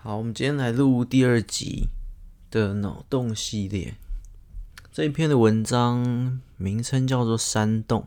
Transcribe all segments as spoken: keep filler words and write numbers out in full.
好，我们今天来录第二集的脑洞系列。这一篇的文章名称叫做《山洞》。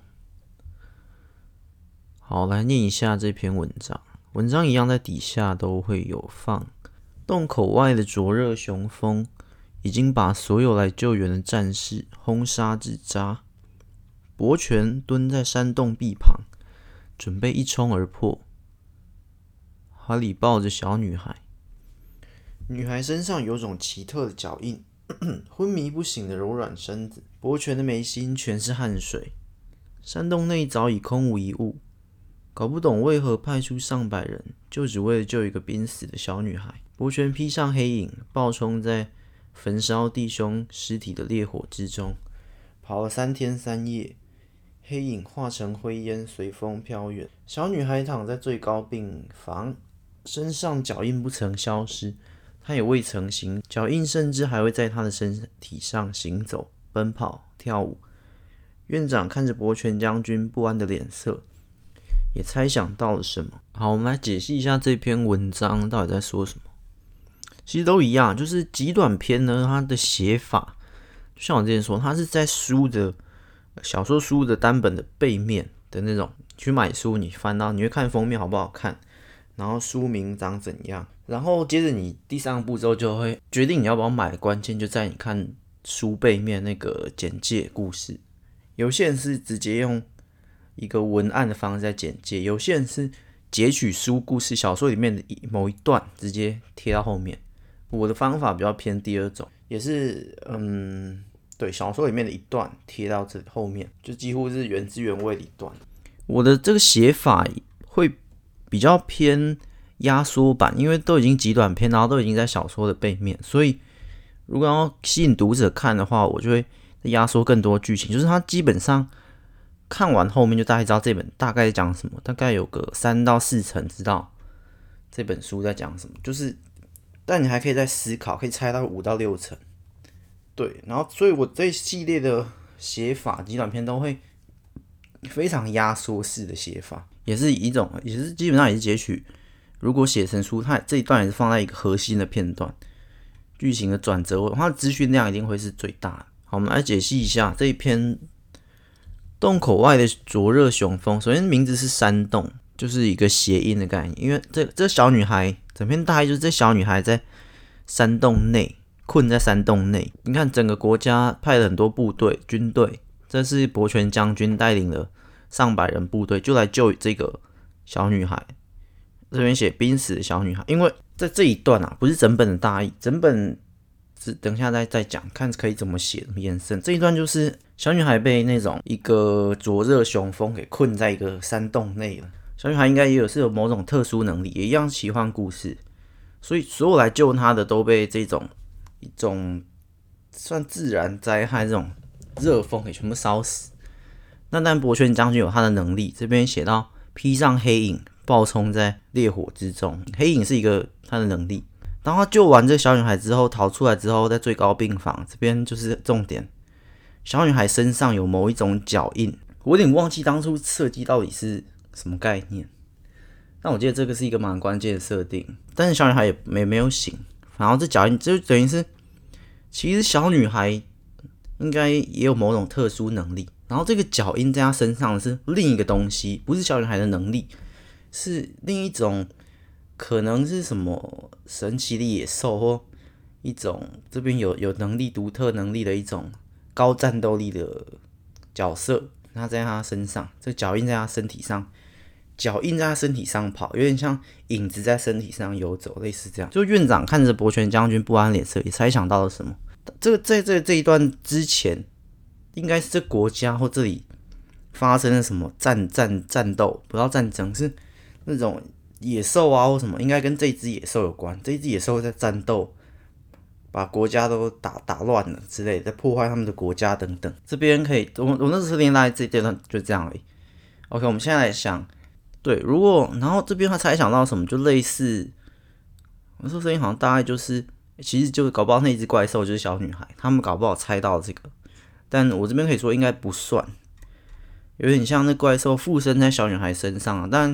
好，来念一下这篇文章。文章一样在底下都会有放。洞口外的灼热雄风已经把所有来救援的战士轰杀至渣。伯权蹲在山洞壁旁，准备一冲而破。哈里抱着小女孩。女孩身上有种奇特的脚印，昏迷不醒的柔软身子。伯权的眉心全是汗水。山洞内早已空无一物，搞不懂为何派出上百人，就只为了救一个濒死的小女孩。伯权披上黑影，暴冲在焚烧弟兄尸体的烈火之中，跑了三天三夜，黑影化成灰烟，随风飘远。小女孩躺在最高病房，身上脚印不曾消失。他也未曾行，脚印甚至还会在他的身体上行走、奔跑、跳舞。院长看着伯权将军不安的脸色，也猜想到了什么。好，我们来解析一下这篇文章到底在说什么。其实都一样，就是极短篇呢，它的写法，就像我之前说，它是在书的小说书的单本的背面的那种。去买书，你翻到，你会看封面好不好看，然后书名长怎样。然后接着你第三个步骤就会决定你要不要买的关键就在你看书背面那个简介故事。有些人是直接用一个文案的方式在简介，有些人是截取书故事小说里面的某一段直接贴到后面。我的方法比较偏第二种，也是嗯，对，小说里面的一段贴到这后面，就几乎是原汁原味的一段。我的这个写法会比较偏压缩版，因为都已经极短篇，然后都已经在小说的背面，所以如果要吸引读者看的话，我就会压缩更多剧情。就是他基本上看完后面就大概知道这本大概在讲什么，大概有个三到四成知道这本书在讲什么。就是，但你还可以再思考，可以猜到五到六成。对，然后所以我这一系列的写法，极短篇都会非常压缩式的写法，也是一种，也是基本上也是截取。如果写成书，它这一段也是放在一个核心的片段，剧情的转折，它的资讯量一定会是最大的。好，我们来解析一下这一篇洞口外的灼热雄风。首先，名字是山洞，就是一个谐音的概念。因为这这小女孩，整篇大概就是这小女孩在山洞内困在山洞内。你看，整个国家派了很多部队、军队，这是伯权将军带领了上百人部队，就来救这个小女孩。这边写濒死的小女孩，因为在这一段啊，不是整本的大意，整本是等一下再再讲，看可以怎么写，怎么延伸。这一段就是小女孩被那种一个灼热雄风给困在一个山洞内了。小女孩应该也有是有某种特殊能力，也一样奇幻故事，所以所有来救她的都被这种一种算自然灾害这种热风给全部烧死。那但伯权将军有他的能力，这边写到披上黑影，暴冲在烈火之中。黑影是一个他的能力。当他救完这小女孩之后，逃出来之后，在最高病房这边就是重点。小女孩身上有某一种脚印，我有点忘记当初设计到底是什么概念，但我记得这个是一个蛮关键的设定。但是小女孩也没没有醒，然后这脚印就等于是，其实小女孩应该也有某种特殊能力。然后这个脚印在她身上是另一个东西，不是小女孩的能力，是另一种，可能是什么神奇的野兽，或一种这边有有能力、独特能力的一种高战斗力的角色。他在他身上，这个脚印在他身体上，脚印在他身体上跑，有点像影子在身体上游走，类似这样。就院长看着伯权将军不安脸色，也猜想到了什么。这个在这这一段之前，应该是这国家或这里发生了什么战战战斗，不知道战争，是那种野兽啊或什么，应该跟这一只野兽有关。这一只野兽在战斗，把国家都打打乱了之类的，在破坏他们的国家等等。这边可以，我我那时候念大概这阶段就这样而已。OK， 我们现在来想，对，如果然后这边他猜想到什么，就类似，我说声音好像大概就是，其实就是搞不好那只怪兽就是小女孩，他们搞不好猜到这个。但我这边可以说应该不算，有点像那怪兽附身在小女孩身上啊。但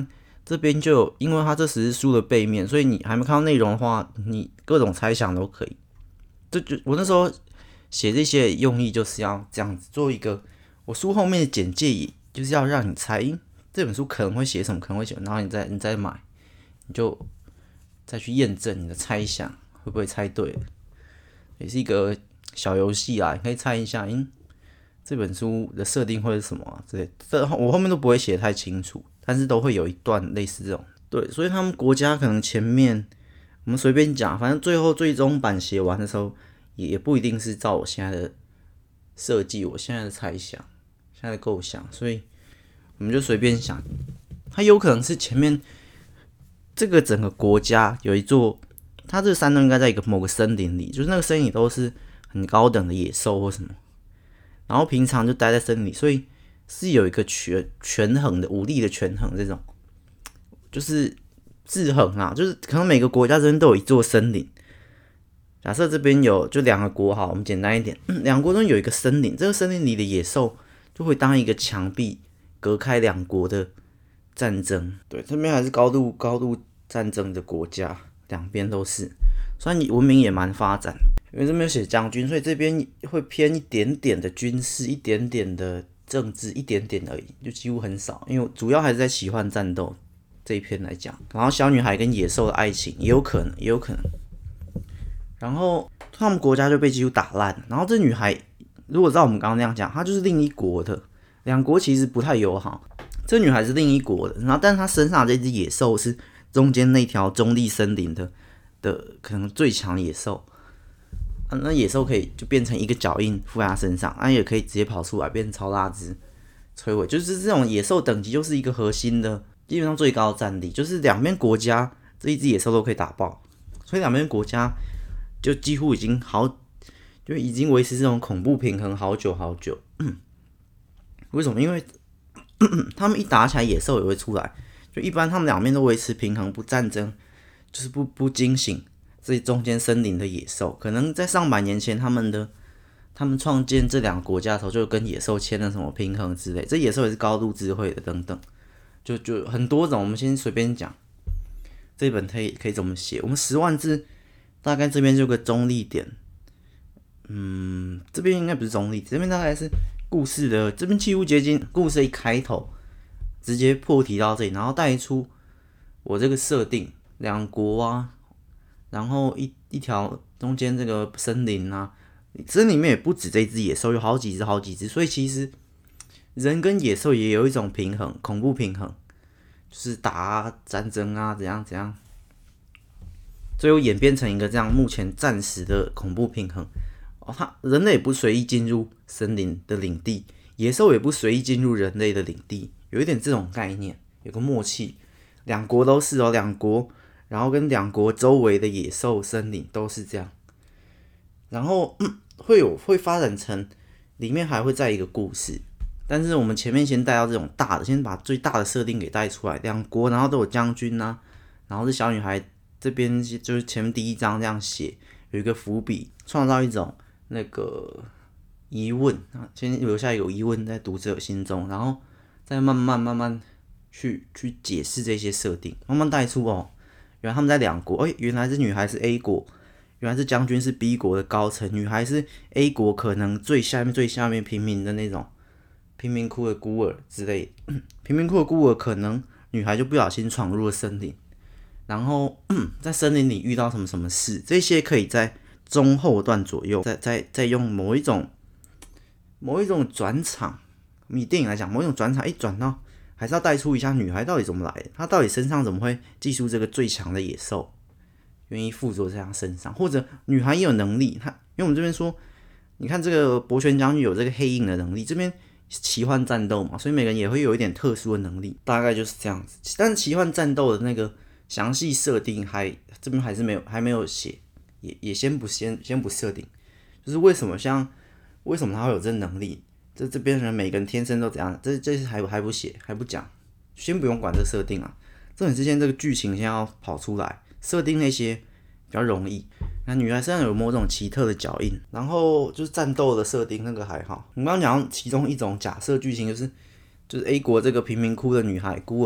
这边就有，因为它这只是书的背面，所以你还没看到内容的话，你各种猜想都可以。这就我那时候写这些用意就是要这样子做一个，我书后面的简介也就是要让你猜这本书可能会写什么，可能会写，然后你再你再买，你就再去验证你的猜想会不会猜对了，也是一个小游戏啦，你可以猜一下，嗯，这本书的设定会是什么啊之类的，这我后面都不会写太清楚，但是都会有一段类似这种。对，所以他们国家可能前面我们随便讲，反正最后最终版写完的时候，也不一定是照我现在的设计，我现在的猜想，现在的构想，所以我们就随便想，它有可能是前面这个整个国家有一座，它这个山洞应该在一个某个森林里，就是那个森林里都是很高等的野兽或什么，然后平常就待在森林里，所以是有一个权权衡的武力的权衡，这种就是制衡啊，就是可能每个国家这边都有一座森林。假设这边有就两个国好，我们简单一点，两、嗯、国中有一个森林，这个森林里的野兽就会当一个墙壁，隔开两国的战争。对，这边还是高度高度战争的国家，两边都是。虽然文明也蛮发展，因为这边有写将军，所以这边会偏一点点的军事，一点点的政治，一点点而已，就几乎很少。因为主要还是在奇幻战斗这一篇来讲，然后小女孩跟野兽的爱情也有可能，也有可能。然后他们国家就被几乎打烂，然后这女孩如果照我们刚刚那样讲，她就是另一国的，两国其实不太友好。这女孩是另一国的，然后但是她身上这只野兽是中间那条中立森林的的可能最强野兽、啊，那野兽可以就变成一个脚印附在她身上，那、啊、也可以直接跑出来变成超大只摧毁，就是这种野兽等级就是一个核心的，基本上最高的战力，就是两边国家这一只野兽都可以打爆，所以两边国家。就几乎已经好，就已经维持这种恐怖平衡好久好久。为什么？因为他们一打起来，野兽也会出来。就一般他们两边都维持平衡，不战争，就是不不惊醒这中间森林的野兽。可能在上百年前，他们的他们创建这两个国家的时候，就跟野兽签了什么平衡之类。这野兽也是高度智慧的等等，就就很多种。我们先随便讲，这一本可以可以怎么写？我们十万字。大概这边就有个中立点，嗯，这边应该不是中立，这边大概是故事的，这边几乎接近故事一开头，直接破题到这里，然后带出我这个设定，两国啊，然后一一条中间这个森林啊，森林里面也不止这只野兽，有好几只好几只，所以其实人跟野兽也有一种平衡，恐怖平衡，就是打啊战争啊怎样怎样。最后演变成一个这样目前暂时的恐怖平衡。哦，他人类也不随意进入森林的领地，野兽也不随意进入人类的领地，有一点这种概念，有个默契。两国都是哦，两国，然后跟两国周围的野兽森林都是这样。然后、嗯、会有会发展成里面还会再一个故事，但是我们前面先带到这种大的，先把最大的设定给带出来。两国然后都有将军啊，然后是小女孩。这边就是前面第一章这样写，有一个伏笔，创造一种那个疑问啊，先留下一个疑问在读者心中，然后再慢慢慢慢去去解释这些设定，慢慢带出哦，原来他们在两国，哎，原来是女孩是 A 国，原来是将军是 B 国的高层，女孩是 A 国可能最下面最下面平民的那种贫民窟的孤儿之类的，贫民窟的孤儿可能女孩就不小心闯入了森林。然后、嗯、在森林里遇到什么什么事，这些可以在中后段左右，再再再用某一种某一种转场，以电影来讲，某一种转场一转到，还是要带出一下女孩到底怎么来的，她到底身上怎么会寄出这个最强的野兽，愿意附着在她身上，或者女孩也有能力，她因为我们这边说，你看这个博轩将军有这个黑影的能力，这边奇幻战斗嘛，所以每个人也会有一点特殊的能力，大概就是这样子。但是奇幻战斗的那个。详细设定还这边还是没有还没有写，也也先不先先不设定，就是为什么像为什么他会有这能力？这这边人每个人天生都怎样？这这还还不写还不讲，先不用管这设定啊。这你之前这个剧情先要跑出来，设定那些比较容易。那女孩身上有某种奇特的脚印，然后就是战斗的设定那个还好。我们刚刚讲其中一种假设剧情就是就是 A 国这个贫民窟的女孩孤儿。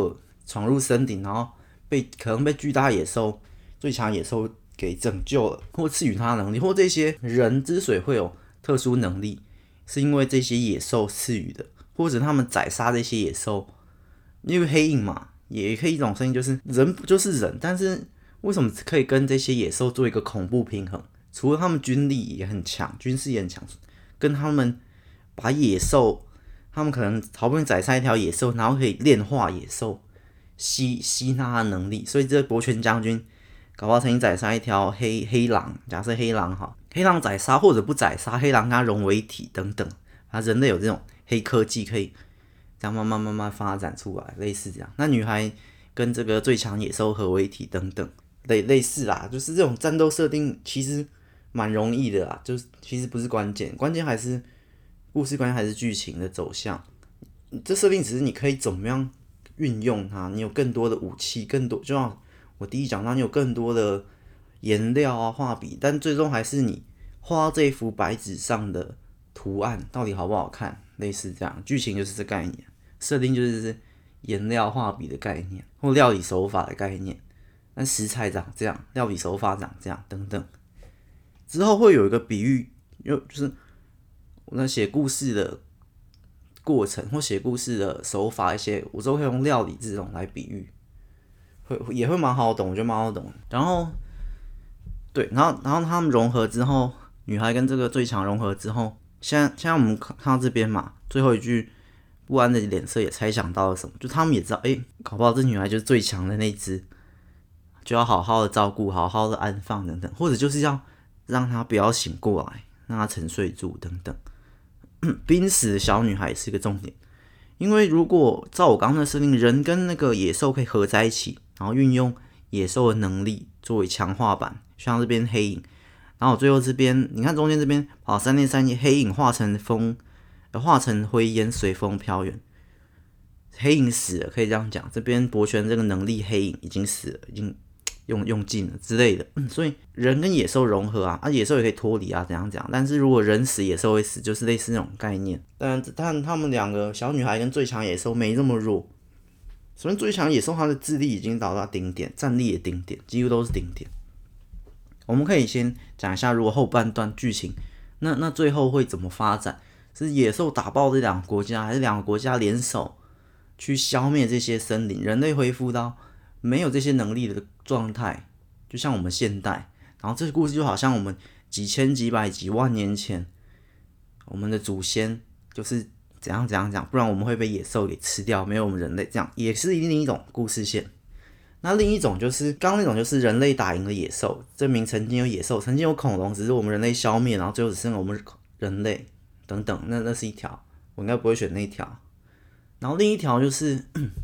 闯入森林，然后被可能被巨大野兽、最强野兽给拯救了，或赐予他的能力，或这些人之所以会有特殊能力，是因为这些野兽赐予的，或者他们宰杀这些野兽。因为黑影嘛，也可以一种声音，就是人不就是人，但是为什么可以跟这些野兽做一个恐怖平衡？除了他们军力也很强，军事也很强，跟他们把野兽，他们可能好不容易宰杀一条野兽，然后可以炼化野兽，吸吸纳它的能力，所以这伯权将军搞不好曾经宰杀一条黑黑狼，假设黑狼好，黑狼宰杀或者不宰杀，黑狼跟它融为一体等等，啊，人类有这种黑科技可以这样慢慢慢慢发展出来，类似这样。那女孩跟这个最强野兽合为一体等等，类类似啦，就是这种战斗设定其实蛮容易的啦，就是其实不是关键，关键还是故事关键还是剧情的走向。这设定只是你可以怎么样运用它，你有更多的武器，更多就像我第一讲到，你有更多的颜料啊、画笔，但最终还是你画到这一幅白纸上的图案到底好不好看，类似这样。剧情就是这概念，设定就是颜料、画笔的概念，或料理手法的概念。但食材长这样，料理手法长这样，等等。之后会有一个比喻，就就是我在写故事的过程或写故事的手法一些，我都会用料理这种来比喻，会也会蛮好懂，我觉得蛮好懂。然后对，然后然后他们融合之后，女孩跟这个最强融合之后，现在现在我们看到这边嘛，最后一句不安的脸色也猜想到了什么，就他们也知道，哎，搞不好这女孩就是最强的那只，就要好好的照顾，好好的安放等等，或者就是要让她不要醒过来，让她沉睡住等等。濒死的小女孩也是个重点，因为如果照我刚刚的设定，人跟那个野兽可以合在一起，然后运用野兽的能力作为强化版，像这边黑影，然后最后这边你看中间这边跑三天三夜，黑影化成风，化成灰烟随风飘远，黑影死了，可以这样讲。这边博权这个能力，黑影已经死了，已经用用尽了之类的，嗯，所以人跟野兽融合啊，啊野兽也可以脱离啊，怎样讲？但是如果人死，野兽会死，就是类似那种概念。但但他们两个小女孩跟最强野兽没这么弱。首先最强野兽它的智力已经达到顶点，战力也顶点，几乎都是顶点。我们可以先讲一下，如果后半段剧情，那那最后会怎么发展？是野兽打爆这两个国家，还是两个国家联手去消灭这些森林？人类恢复到没有这些能力的状态，就像我们现代。然后这个故事就好像我们几千、几百、几万年前，我们的祖先就是怎样怎样讲，不然我们会被野兽给吃掉，没有我们人类，这样也是另一种故事线。那另一种就是刚刚那种，就是人类打赢了野兽，证明曾经有野兽，曾经有恐龙，只是我们人类消灭，然后最后只剩了我们人类等等，那那是一条，我应该不会选那一条。然后另一条就是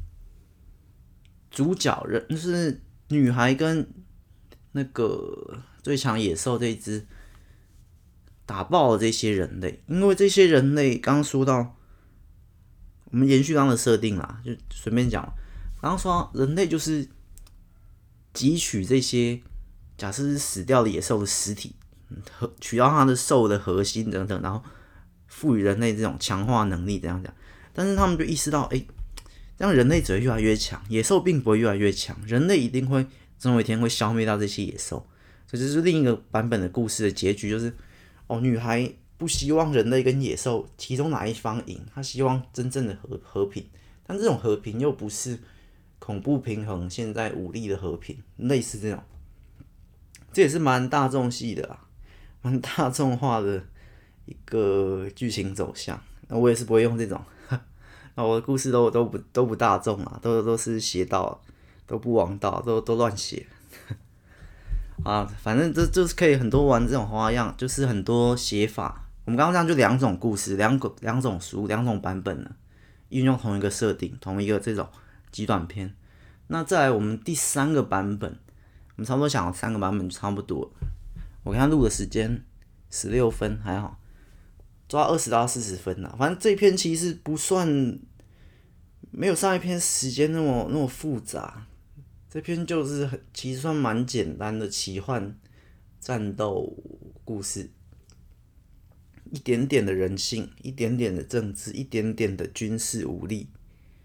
主角人，就是女孩跟那个最强野兽这一只打爆了这些人类，因为这些人类刚刚说到，我们延续刚刚的设定啦，就随便讲，刚刚说人类就是汲取这些假设是死掉的野兽的尸体，取到它的兽的核心等等，然后赋予人类这种强化能力，这样讲。但是他们就意识到，哎、欸，这样人类只会越来越强，野兽并不会越来越强，人类一定会总有一天会消灭到这些野兽。所以这是另一个版本的故事的结局，就是哦，女孩不希望人类跟野兽其中哪一方赢，她希望真正的和和平，但这种和平又不是恐怖平衡现在武力的和平，类似这种，这也是蛮大众系的啦，蛮大众化的一个剧情走向。那我也是不会用这种，那我的故事都都不都不大众啊，都都是邪道，都不王道，都都乱写。啊，反正这就是可以很多玩这种花样，就是很多写法。我们刚刚这样就两种故事，两个两种书，两种版本了，运用同一个设定，同一个这种极短篇。那再来我们第三个版本，我们差不多想了三个版本就差不多了。我看录的时间十六分还好，抓二十到四十分啦。反正这篇其实不算，没有上一篇时间那么那么复杂。这篇就是很，其实算蛮简单的奇幻战斗故事，一点点的人性，一点点的政治，一点点的军事武力，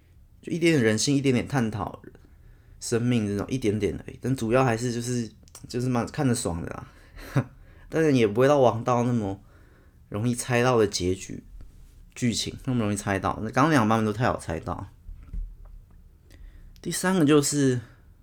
就一点点人性，一点点探讨生命这种一点点而已。但主要还是就是就是蛮看着爽的啦，但是也不会到王道那么容易猜到的结局剧情，那么容易猜到。那刚刚两个版本都太好猜到。第三个就是，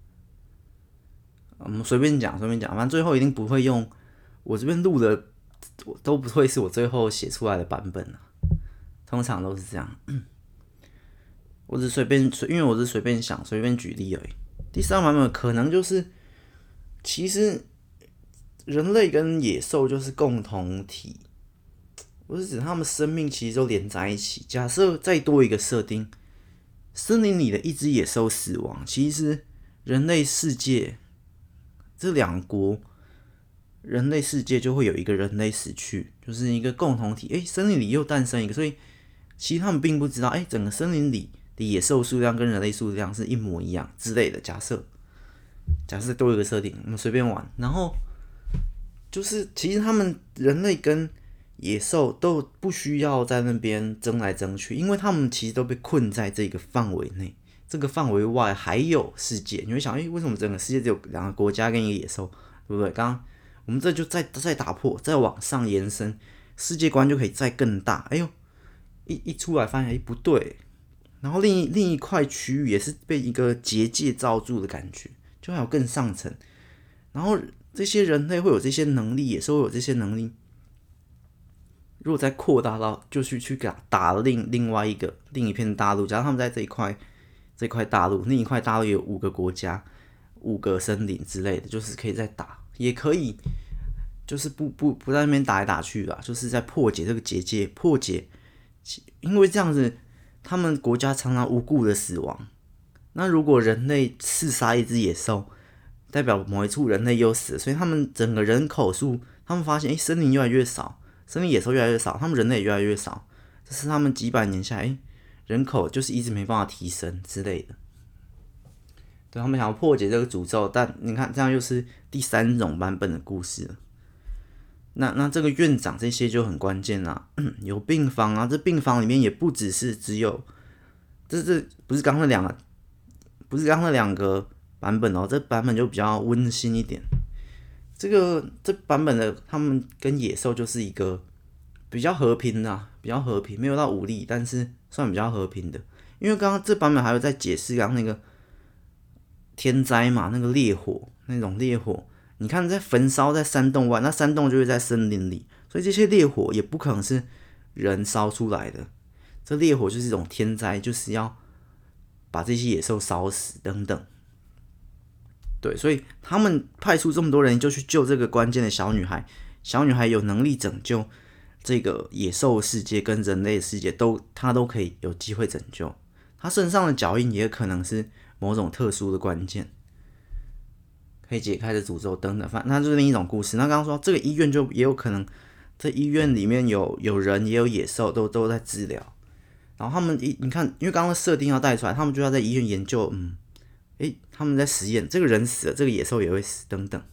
我们随便讲随便讲，反正最后一定不会用我这边录的，都不会是我最后写出来的版本啊，通常都是这样。我只随便，因为我是随便想随便举例而已。第三个版本可能就是，其实人类跟野兽就是共同体，我是指他们生命其实都连在一起。假设再多一个设定，森林里的一只野兽死亡，其实人类世界这两国，人类世界就会有一个人类死去，就是一个共同体。哎，森林里又诞生一个，所以其实他们并不知道，哎，整个森林里的野兽数量跟人类数量是一模一样之类的。假设，假设多一个设定，我们随便玩，然后就是其实他们人类跟野兽都不需要在那边争来争去，因为他们其实都被困在这个范围内，这个范围外还有世界。你会想，哎，为什么整个世界只有两个国家跟一个野兽，对不对？刚刚我们这就再再打破，再往上延伸，世界观就可以再更大。哎呦，一一出来发现，哎，不对。然后另一另一块区域也是被一个结界罩住的感觉，就还有更上层。然后这些人类会有这些能力，野兽会有这些能力。如果再扩大到，就去去打打另另外一个另一片大陆，假如他们在这一块这块大陆，另一块大陆有五个国家、五个森林之类的，就是可以再打，也可以就是不不不在那边打来打去啦，就是在破解这个结界，破解，因为这样子他们国家常常无故的死亡。那如果人类刺杀一只野兽，代表某一处人类又死了，所以他们整个人口数，他们发现，哎，森林越来越少。森林野兽越来越少，他们人类也越来越少，这是他们几百年下来，人口就是一直没办法提升之类的。对，他们想要破解这个诅咒，但你看这样又是第三种版本的故事了。那那这个院长这些就很关键啦，有病房啊，这病房里面也不只是只有，这这不是刚那两个，不是刚那两个版本哦，这版本就比较温馨一点。这个这版本的他们跟野兽就是一个比较和平的、啊，比较和平，没有到武力，但是算比较和平的。因为刚刚这版本还有在解释刚刚那个天灾嘛，那个烈火，那种烈火，你看在焚烧在山洞外，那山洞就会在森林里，所以这些烈火也不可能是人烧出来的。这烈火就是一种天灾，就是要把这些野兽烧死等等。对，所以他们派出这么多人就去救这个关键的小女孩，小女孩有能力拯救这个野兽世界跟人类世界都，她都可以有机会拯救。她身上的脚印也可能是某种特殊的关键，可以解开的诅咒等等，反正那就是另一种故事。那刚刚说这个医院就也有可能，这医院里面有有人也有野兽，都都在治疗。然后他们一你看，因为刚刚的设定要带出来，他们就要在医院研究，嗯。诶，他们在实验，这个人死了，这个野兽也会死，等等。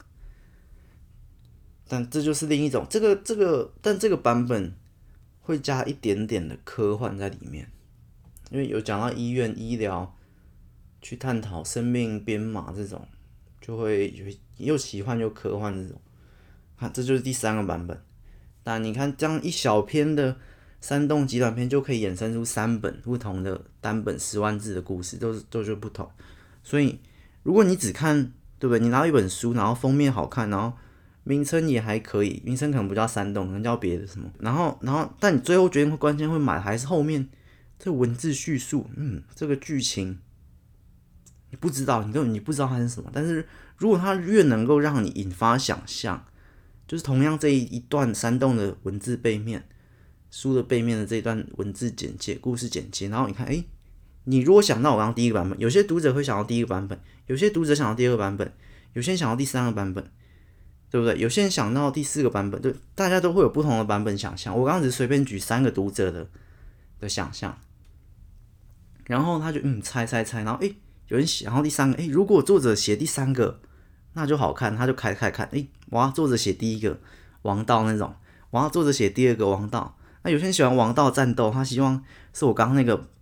但这就是另一种，这个这个，但这个版本会加一点点的科幻在里面，因为有讲到医院医疗，去探讨生命编码这种，就会又奇幻又科幻这种。看，这就是第三个版本。但你看，这样一小篇的山洞极短篇就可以衍生出三本不同的单本十万字的故事，都是都是不同。所以，如果你只看，对不对？你拿到一本书，然后封面好看，然后名称也还可以，名称可能不叫山洞，可能叫别的什么。然后，然后，但你最后决定会关键会买，还是后面这文字叙述，嗯，这个剧情你不知道，你根本你不知道它是什么。但是如果它越能够让你引发想象，就是同样这一一段山洞的文字背面，书的背面的这一段文字简介、故事简介，然后你看，哎。你如果想到我刚刚第一个版本，有些读者会想到第一个版本，有些读者想到第二个版本，有些人想到第三个版本，对不对？有些人想到第四个版本，对，大家都会有不同的版本想象。我刚刚只是随便举三个读者的的想象，然后他就嗯猜猜猜，然后诶有人想到第三个，诶如果作者写第三个，那就好看，他就开开看，诶哇作者写第一个王道那种，哇作者写第二个王道，那有些人喜欢王道战斗，他希望是我刚刚那个。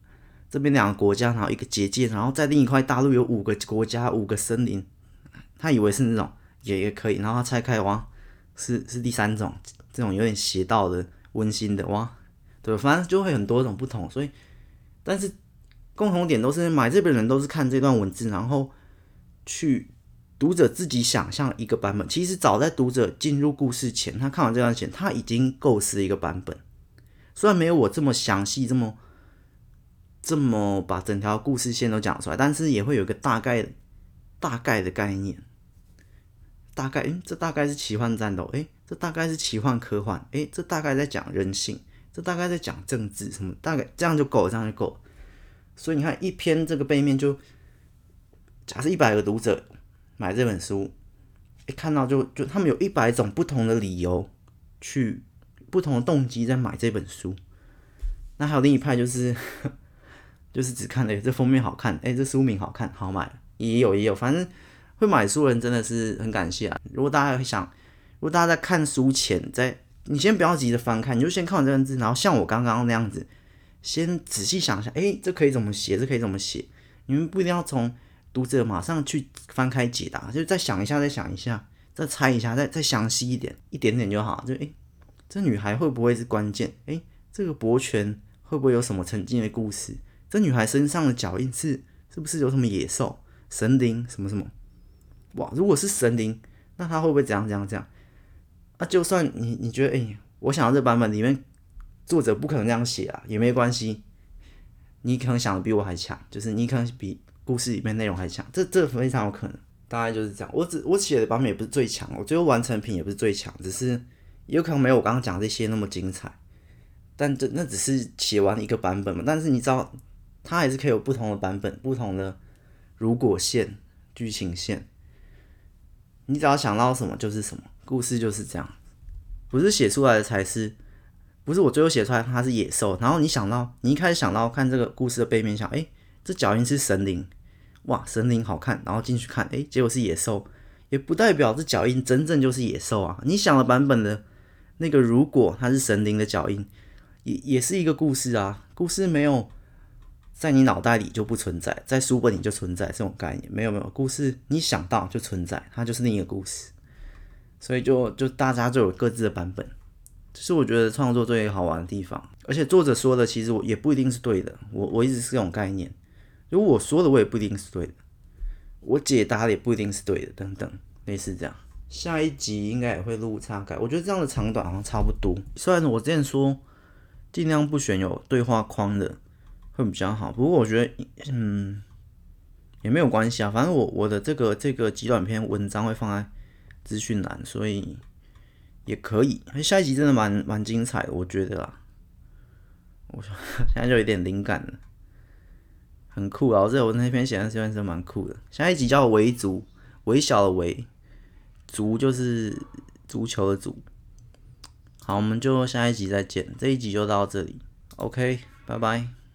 这边两个国家，然后一个结界，然后在另一块大陆有五个国家、五个森林，他以为是那种也也可以，然后他拆开哇，是是第三种，这种有点邪道的、温馨的哇，对，反正就会很多种不同，所以但是共同点都是买这本人都是看这段文字，然后去读者自己想象一个版本。其实早在读者进入故事前，他看完这段前，他已经构思一个版本，虽然没有我这么详细，这么。这么把整条故事线都讲出来，但是也会有一个大概大概的概念，大概，诶，这大概是奇幻战斗，诶，这大概是奇幻科幻，诶，这大概在讲人性，这大概在讲政治什么，大概这样就够了，这样就够了。所以你看一篇这个背面就，假设一百个读者买这本书，一看到就就他们有一百种不同的理由去不同的动机在买这本书。那还有另一派就是就是只看哎、欸、这封面好看，哎、欸、这书名好看，好买，也有也有，反正会买书的人真的是很感谢啊。如果大家会想，如果大家在看书前，在你先不要急着翻看，你就先看完这个字，然后像我刚刚那样子，先仔细想一下，哎、欸，这可以怎么写，这可以怎么写。你们不一定要从读者马上去翻开解答，就再想一下，再想一下，再猜一下，再再详细一点，一点点就好。就哎、欸，这女孩会不会是关键？哎、欸，这个伯权会不会有什么曾经的故事？这女孩身上的脚印是是不是有什么野兽、神灵什么什么？哇，如果是神灵，那她会不会怎样怎样怎样？那、啊、就算你你觉得，哎、欸，我想要这版本里面作者不可能这样写啊，也没关系，你可能想的比我还强，就是你可能比故事里面内容还强，这这非常有可能。大概就是这样。我只我写的版本也不是最强，我最后完成品也不是最强，只是有可能没有我刚刚讲这些那么精彩。但这那只是写完一个版本嘛，但是你知道，它还是可以有不同的版本，不同的如果线、剧情线。你只要想到什么就是什么，故事就是这样，不是写出来的才是，不是我最后写出来它是野兽，然后你想到，你一开始想到看这个故事的背面想，哎、欸，这脚印是神灵，哇，神灵好看，然后进去看，哎、欸，结果是野兽，也不代表这脚印真正就是野兽啊。你想的版本的那个，如果它是神灵的脚印，也也是一个故事啊，故事没有在你脑袋里就不存在，在书本里就存在这种概念，没有没有，故事你想到就存在，它就是另一个故事，所以就就大家就有各自的版本，这是我觉得创作最好玩的地方。而且作者说的其实我也不一定是对的，我我一直是这种概念，如果我说的我也不一定是对的，我解答的也不一定是对的，等等，类似这样。下一集应该也会录大概，我觉得这样的长短好像差不多。虽然我之前说尽量不选有对话框的会比较好，不过我觉得嗯也没有关系啊，反正我我的这个这个极短篇文章会放在资讯栏，所以也可以。下一集真的蛮蛮精彩的，我觉得啦。我现在就有点灵感了，很酷啊！我这我那篇写的这篇是蛮酷的。下一集叫微足，微小的微，足就是足球的足。好，我们就下一集再见，这一集就到这里 ，OK， 拜拜。